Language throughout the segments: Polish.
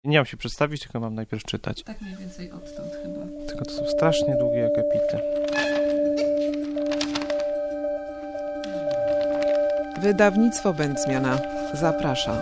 Nie mam się przedstawić, tylko mam najpierw czytać. Tak mniej więcej odtąd chyba. Tylko to są strasznie długie akapity. Wydawnictwo Bęcmiana zaprasza.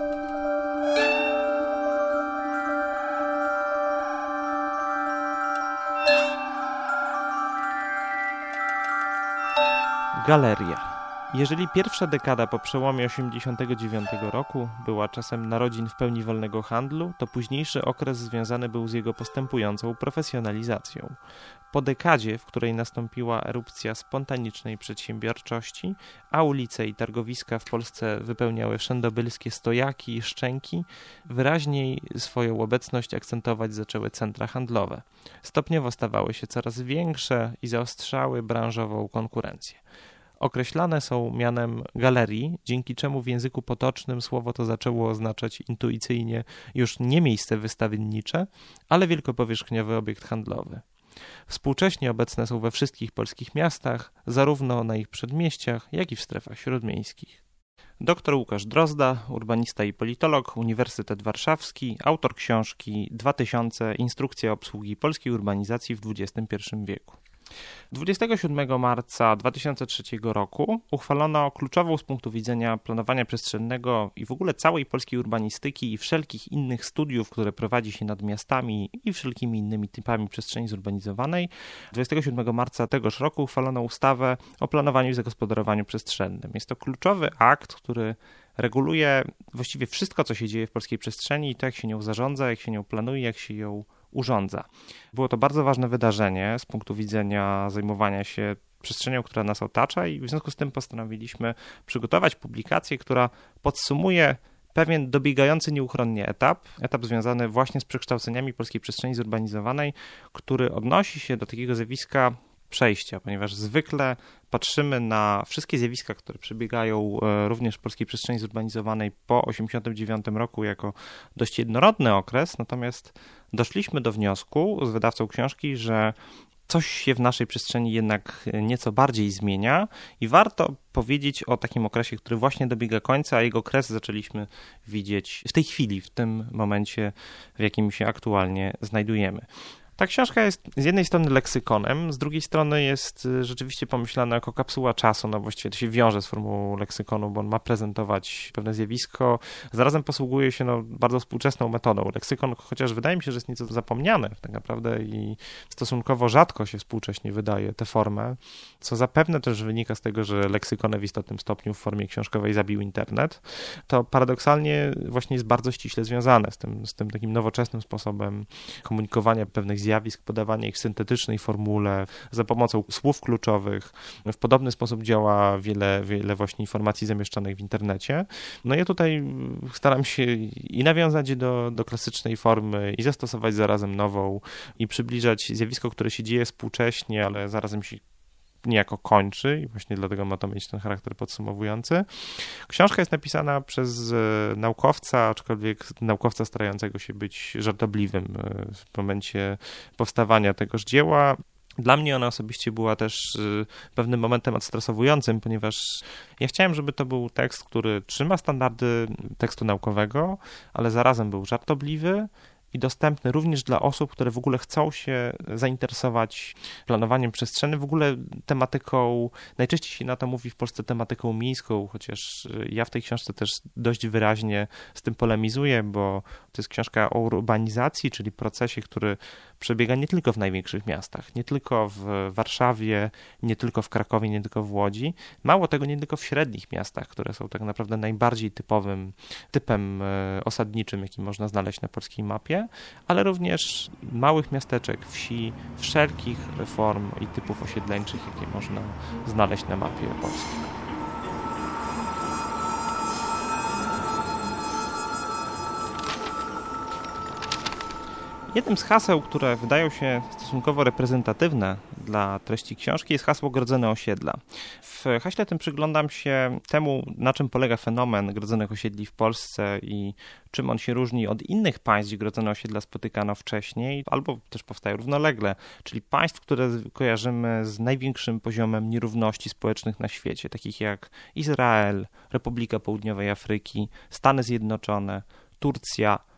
Galeria. Jeżeli pierwsza dekada po przełomie 1989 roku była czasem narodzin w pełni wolnego handlu, to późniejszy okres związany był z jego postępującą profesjonalizacją. Po dekadzie, w której nastąpiła erupcja spontanicznej przedsiębiorczości, a ulice i targowiska w Polsce wypełniały wszędobylskie stojaki i szczęki, wyraźniej swoją obecność akcentować zaczęły centra handlowe. Stopniowo stawały się coraz większe i zaostrzały branżową konkurencję. Określane są mianem galerii, dzięki czemu w języku potocznym słowo to zaczęło oznaczać intuicyjnie już nie miejsce wystawiennicze, ale wielkopowierzchniowy obiekt handlowy. Współcześnie obecne są we wszystkich polskich miastach, zarówno na ich przedmieściach, jak i w strefach śródmiejskich. Dr Łukasz Drozda, urbanista i politolog, Uniwersytet Warszawski, autor książki 2000 Instrukcja obsługi polskiej urbanizacji w XXI wieku. 27 marca 2003 roku uchwalono kluczową z punktu widzenia planowania przestrzennego i w ogóle całej polskiej urbanistyki i wszelkich innych studiów, które prowadzi się nad miastami i wszelkimi innymi typami przestrzeni zurbanizowanej. 27 marca tegoż roku uchwalono ustawę o planowaniu i zagospodarowaniu przestrzennym. Jest to kluczowy akt, który reguluje właściwie wszystko, co się dzieje w polskiej przestrzeni i to, jak się nią zarządza, jak się nią planuje, jak się ją urządza. Było to bardzo ważne wydarzenie z punktu widzenia zajmowania się przestrzenią, która nas otacza i w związku z tym postanowiliśmy przygotować publikację, która podsumuje pewien dobiegający nieuchronnie etap związany właśnie z przekształceniami polskiej przestrzeni zurbanizowanej, który odnosi się do takiego zjawiska przejścia, ponieważ zwykle patrzymy na wszystkie zjawiska, które przebiegają również w polskiej przestrzeni zurbanizowanej po 1989 roku jako dość jednorodny okres, natomiast doszliśmy do wniosku z wydawcą książki, że coś się w naszej przestrzeni jednak nieco bardziej zmienia i warto powiedzieć o takim okresie, który właśnie dobiega końca, a jego kres zaczęliśmy widzieć w tej chwili, w tym momencie, w jakim się aktualnie znajdujemy. Ta książka jest z jednej strony leksykonem, z drugiej strony jest rzeczywiście pomyślana jako kapsuła czasu, no właściwie to się wiąże z formułą leksykonu, bo on ma prezentować pewne zjawisko, zarazem posługuje się bardzo współczesną metodą. Leksykon, chociaż wydaje mi się, że jest nieco zapomniany tak naprawdę i stosunkowo rzadko się współcześnie wydaje tę formę, co zapewne też wynika z tego, że leksykony w istotnym stopniu w formie książkowej zabił internet, to paradoksalnie właśnie jest bardzo ściśle związane z tym takim nowoczesnym sposobem komunikowania pewnych zjawisk, podawanie ich w syntetycznej formule, za pomocą słów kluczowych. W podobny sposób działa wiele właśnie informacji zamieszczanych w internecie. No ja tutaj staram się i nawiązać do klasycznej formy i zastosować zarazem nową i przybliżać zjawisko, które się dzieje współcześnie, ale zarazem się niejako kończy i właśnie dlatego ma to mieć ten charakter podsumowujący. Książka jest napisana przez naukowca, aczkolwiek naukowca starającego się być żartobliwym w momencie powstawania tegoż dzieła. Dla mnie ona osobiście była też pewnym momentem odstresowującym, ponieważ ja chciałem, żeby to był tekst, który trzyma standardy tekstu naukowego, ale zarazem był żartobliwy i dostępny również dla osób, które w ogóle chcą się zainteresować planowaniem przestrzeni, w ogóle tematyką, najczęściej się na to mówi w Polsce tematyką miejską, chociaż ja w tej książce też dość wyraźnie z tym polemizuję, bo to jest książka o urbanizacji, czyli procesie, który przebiega nie tylko w największych miastach, nie tylko w Warszawie, nie tylko w Krakowie, nie tylko w Łodzi, mało tego, nie tylko w średnich miastach, które są tak naprawdę najbardziej typowym typem osadniczym, jaki można znaleźć na polskiej mapie, ale również małych miasteczek, wsi, wszelkich form i typów osiedleńczych, jakie można znaleźć na mapie Polski. Jednym z haseł, które wydają się stosunkowo reprezentatywne dla treści książki, jest hasło grodzone osiedla. W haśle tym przyglądam się temu, na czym polega fenomen grodzonych osiedli w Polsce i czym on się różni od innych państw, gdzie grodzone osiedla spotykano wcześniej, albo też powstają równolegle, czyli państw, które kojarzymy z największym poziomem nierówności społecznych na świecie, takich jak Izrael, Republika Południowej Afryki, Stany Zjednoczone, Turcja,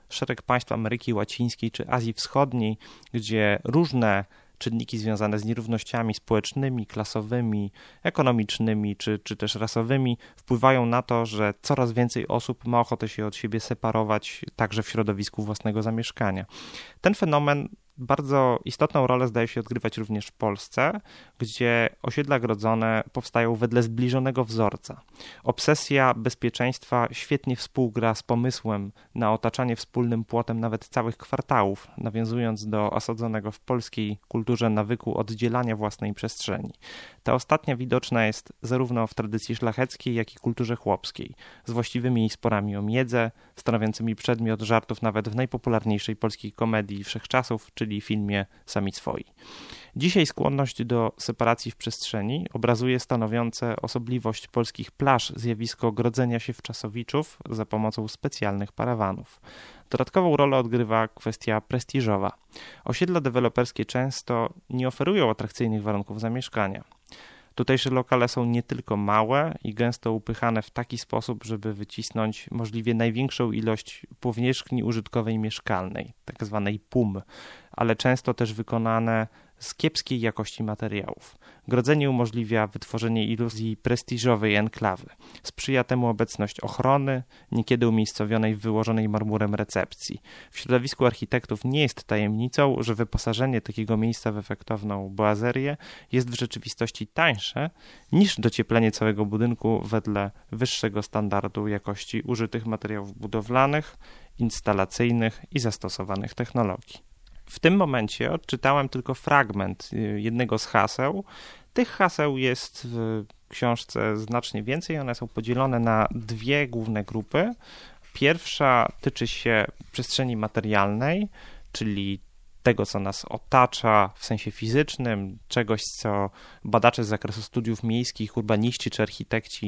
szereg państw Ameryki Łacińskiej czy Azji Wschodniej, gdzie różne czynniki związane z nierównościami społecznymi, klasowymi, ekonomicznymi czy też rasowymi wpływają na to, że coraz więcej osób ma ochotę się od siebie separować także w środowisku własnego zamieszkania. Ten fenomen bardzo istotną rolę zdaje się odgrywać również w Polsce, gdzie osiedla grodzone powstają wedle zbliżonego wzorca. Obsesja bezpieczeństwa świetnie współgra z pomysłem na otaczanie wspólnym płotem nawet całych kwartałów, nawiązując do osadzonego w polskiej kulturze nawyku oddzielania własnej przestrzeni. Ta ostatnia widoczna jest zarówno w tradycji szlacheckiej, jak i kulturze chłopskiej, z właściwymi sporami o miedzę, stanowiącymi przedmiot żartów nawet w najpopularniejszej polskiej komedii wszechczasów, czyli filmie Sami swoi. Dzisiaj skłonność do separacji w przestrzeni obrazuje stanowiące osobliwość polskich plaż zjawisko grodzenia się wczasowiczów za pomocą specjalnych parawanów. Dodatkową rolę odgrywa kwestia prestiżowa. Osiedla deweloperskie często nie oferują atrakcyjnych warunków zamieszkania. Tutejsze lokale są nie tylko małe i gęsto upychane w taki sposób, żeby wycisnąć możliwie największą ilość powierzchni użytkowej mieszkalnej, tak zwanej PUM, ale często też wykonane z kiepskiej jakości materiałów. Grodzenie umożliwia wytworzenie iluzji prestiżowej enklawy. Sprzyja temu obecność ochrony, niekiedy umiejscowionej w wyłożonej marmurem recepcji. W środowisku architektów nie jest tajemnicą, że wyposażenie takiego miejsca w efektowną boazerię jest w rzeczywistości tańsze niż docieplenie całego budynku wedle wyższego standardu jakości użytych materiałów budowlanych, instalacyjnych i zastosowanych technologii. W tym momencie odczytałem tylko fragment jednego z haseł. Tych haseł jest w książce znacznie więcej. One są podzielone na dwie główne grupy. Pierwsza tyczy się przestrzeni materialnej, czyli tego, co nas otacza w sensie fizycznym, czegoś, co badacze z zakresu studiów miejskich, urbaniści czy architekci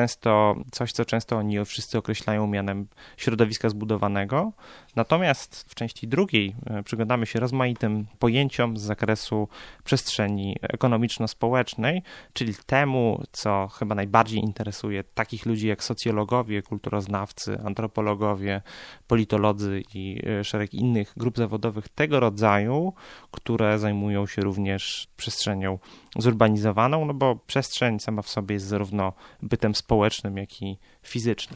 co często oni wszyscy określają mianem środowiska zbudowanego. Natomiast w części drugiej przyglądamy się rozmaitym pojęciom z zakresu przestrzeni ekonomiczno-społecznej, czyli temu, co chyba najbardziej interesuje takich ludzi jak socjologowie, kulturoznawcy, antropologowie, politolodzy i szereg innych grup zawodowych tego rodzaju, które zajmują się również przestrzenią zurbanizowaną, no bo przestrzeń sama w sobie jest zarówno bytem społecznym, jak i fizycznym.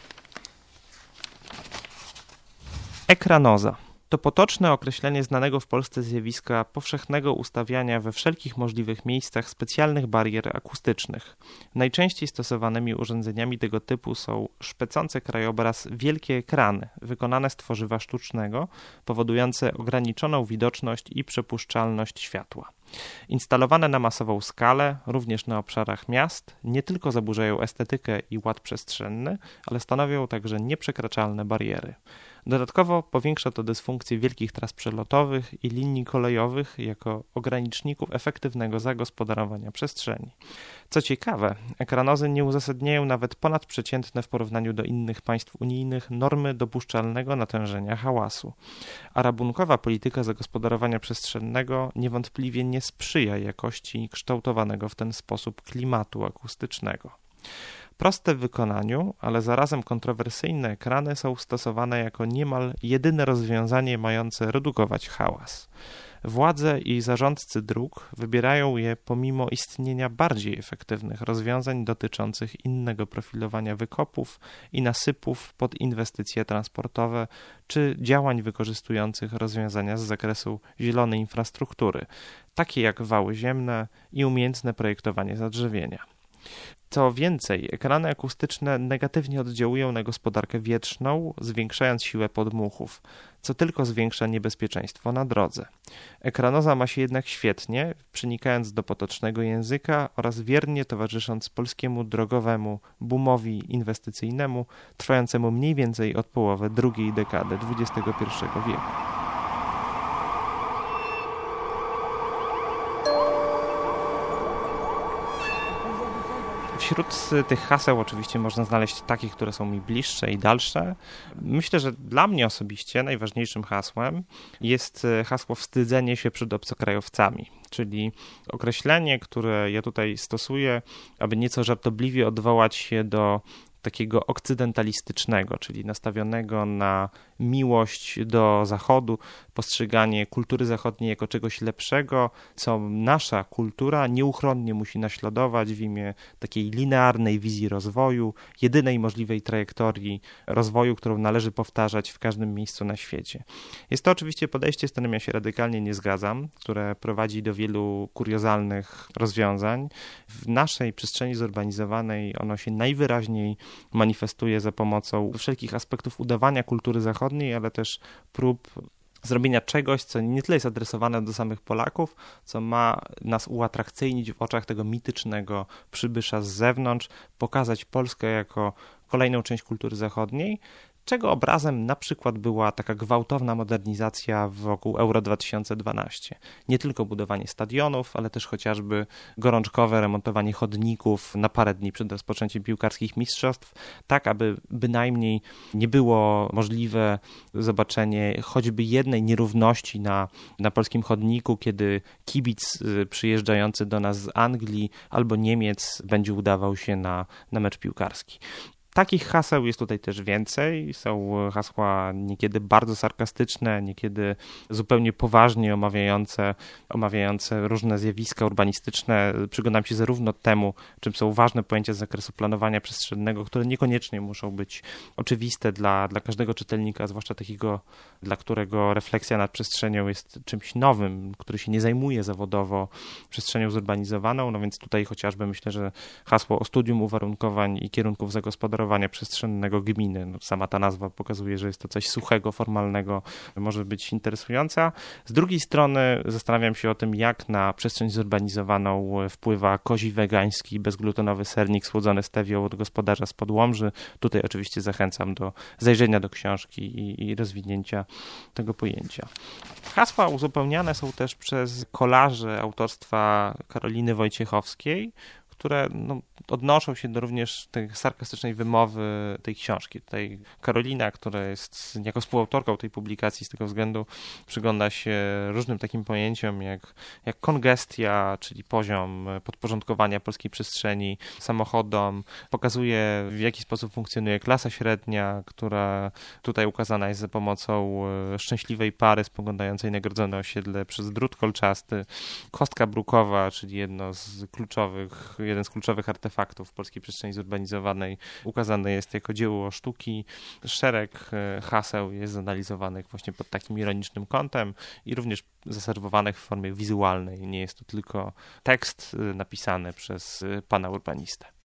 Ekranoza to potoczne określenie znanego w Polsce zjawiska powszechnego ustawiania we wszelkich możliwych miejscach specjalnych barier akustycznych. Najczęściej stosowanymi urządzeniami tego typu są szpecące krajobraz wielkie ekrany, wykonane z tworzywa sztucznego, powodujące ograniczoną widoczność i przepuszczalność światła. Instalowane na masową skalę, również na obszarach miast, nie tylko zaburzają estetykę i ład przestrzenny, ale stanowią także nieprzekraczalne bariery. Dodatkowo powiększa to dysfunkcję wielkich tras przelotowych i linii kolejowych jako ograniczników efektywnego zagospodarowania przestrzeni. Co ciekawe, ekranozy nie uzasadniają nawet ponadprzeciętne w porównaniu do innych państw unijnych normy dopuszczalnego natężenia hałasu. A rabunkowa polityka zagospodarowania przestrzennego niewątpliwie nie sprzyja jakości kształtowanego w ten sposób klimatu akustycznego. Proste w wykonaniu, ale zarazem kontrowersyjne ekrany są stosowane jako niemal jedyne rozwiązanie mające redukować hałas. Władze i zarządcy dróg wybierają je pomimo istnienia bardziej efektywnych rozwiązań dotyczących innego profilowania wykopów i nasypów pod inwestycje transportowe czy działań wykorzystujących rozwiązania z zakresu zielonej infrastruktury, takie jak wały ziemne i umiejętne projektowanie zadrzewienia. Co więcej, ekrany akustyczne negatywnie oddziałują na gospodarkę wietrzną, zwiększając siłę podmuchów, co tylko zwiększa niebezpieczeństwo na drodze. Ekranoza ma się jednak świetnie, przenikając do potocznego języka oraz wiernie towarzysząc polskiemu drogowemu boomowi inwestycyjnemu, trwającemu mniej więcej od połowy drugiej dekady XXI wieku. Wśród tych haseł oczywiście można znaleźć takie, które są mi bliższe i dalsze. Myślę, że dla mnie osobiście najważniejszym hasłem jest hasło wstydzenie się przed obcokrajowcami, czyli określenie, które ja tutaj stosuję, aby nieco żartobliwie odwołać się do takiego okcydentalistycznego, czyli nastawionego na miłość do Zachodu, postrzeganie kultury zachodniej jako czegoś lepszego, co nasza kultura nieuchronnie musi naśladować w imię takiej linearnej wizji rozwoju, jedynej możliwej trajektorii rozwoju, którą należy powtarzać w każdym miejscu na świecie. Jest to oczywiście podejście, z którym ja się radykalnie nie zgadzam, które prowadzi do wielu kuriozalnych rozwiązań. W naszej przestrzeni zurbanizowanej ono się najwyraźniej manifestuje za pomocą wszelkich aspektów udawania kultury zachodniej, ale też prób zrobienia czegoś, co nie tyle jest adresowane do samych Polaków, co ma nas uatrakcyjnić w oczach tego mitycznego przybysza z zewnątrz, pokazać Polskę jako kolejną część kultury zachodniej, czego obrazem na przykład była taka gwałtowna modernizacja wokół Euro 2012. Nie tylko budowanie stadionów, ale też chociażby gorączkowe remontowanie chodników na parę dni przed rozpoczęciem piłkarskich mistrzostw, tak aby bynajmniej nie było możliwe zobaczenie choćby jednej nierówności na polskim chodniku, kiedy kibic przyjeżdżający do nas z Anglii albo Niemiec będzie udawał się na mecz piłkarski. Takich haseł jest tutaj też więcej. Są hasła niekiedy bardzo sarkastyczne, niekiedy zupełnie poważnie omawiające różne zjawiska urbanistyczne. Przyglądam się zarówno temu, czym są ważne pojęcia z zakresu planowania przestrzennego, które niekoniecznie muszą być oczywiste dla każdego czytelnika, zwłaszcza takiego, dla którego refleksja nad przestrzenią jest czymś nowym, który się nie zajmuje zawodowo przestrzenią zurbanizowaną. No więc tutaj chociażby myślę, że hasło o studium uwarunkowań i kierunków zagospodarowania przestrzennego gminy. No, sama ta nazwa pokazuje, że jest to coś suchego, formalnego, może być interesująca. Z drugiej strony zastanawiam się o tym, jak na przestrzeń zurbanizowaną wpływa kozi wegański, bezglutenowy sernik słodzony stewią od gospodarza z Podłomży. Tutaj oczywiście zachęcam do zajrzenia do książki i rozwinięcia tego pojęcia. Hasła uzupełniane są też przez kolaże autorstwa Karoliny Wojciechowskiej, które odnoszą się do również tej sarkastycznej wymowy tej książki. Tutaj Karolina, która jest jako współautorką tej publikacji, z tego względu przygląda się różnym takim pojęciom jak kongestia, czyli poziom podporządkowania polskiej przestrzeni samochodom, pokazuje, w jaki sposób funkcjonuje klasa średnia, która tutaj ukazana jest za pomocą szczęśliwej pary spoglądającej nagrodzone osiedle przez drut kolczasty, kostka brukowa, czyli jeden z kluczowych artefaktów polskiej przestrzeni zurbanizowanej, ukazany jest jako dzieło sztuki. Szereg haseł jest zanalizowanych właśnie pod takim ironicznym kątem i również zaserwowanych w formie wizualnej. Nie jest to tylko tekst napisany przez pana urbanistę.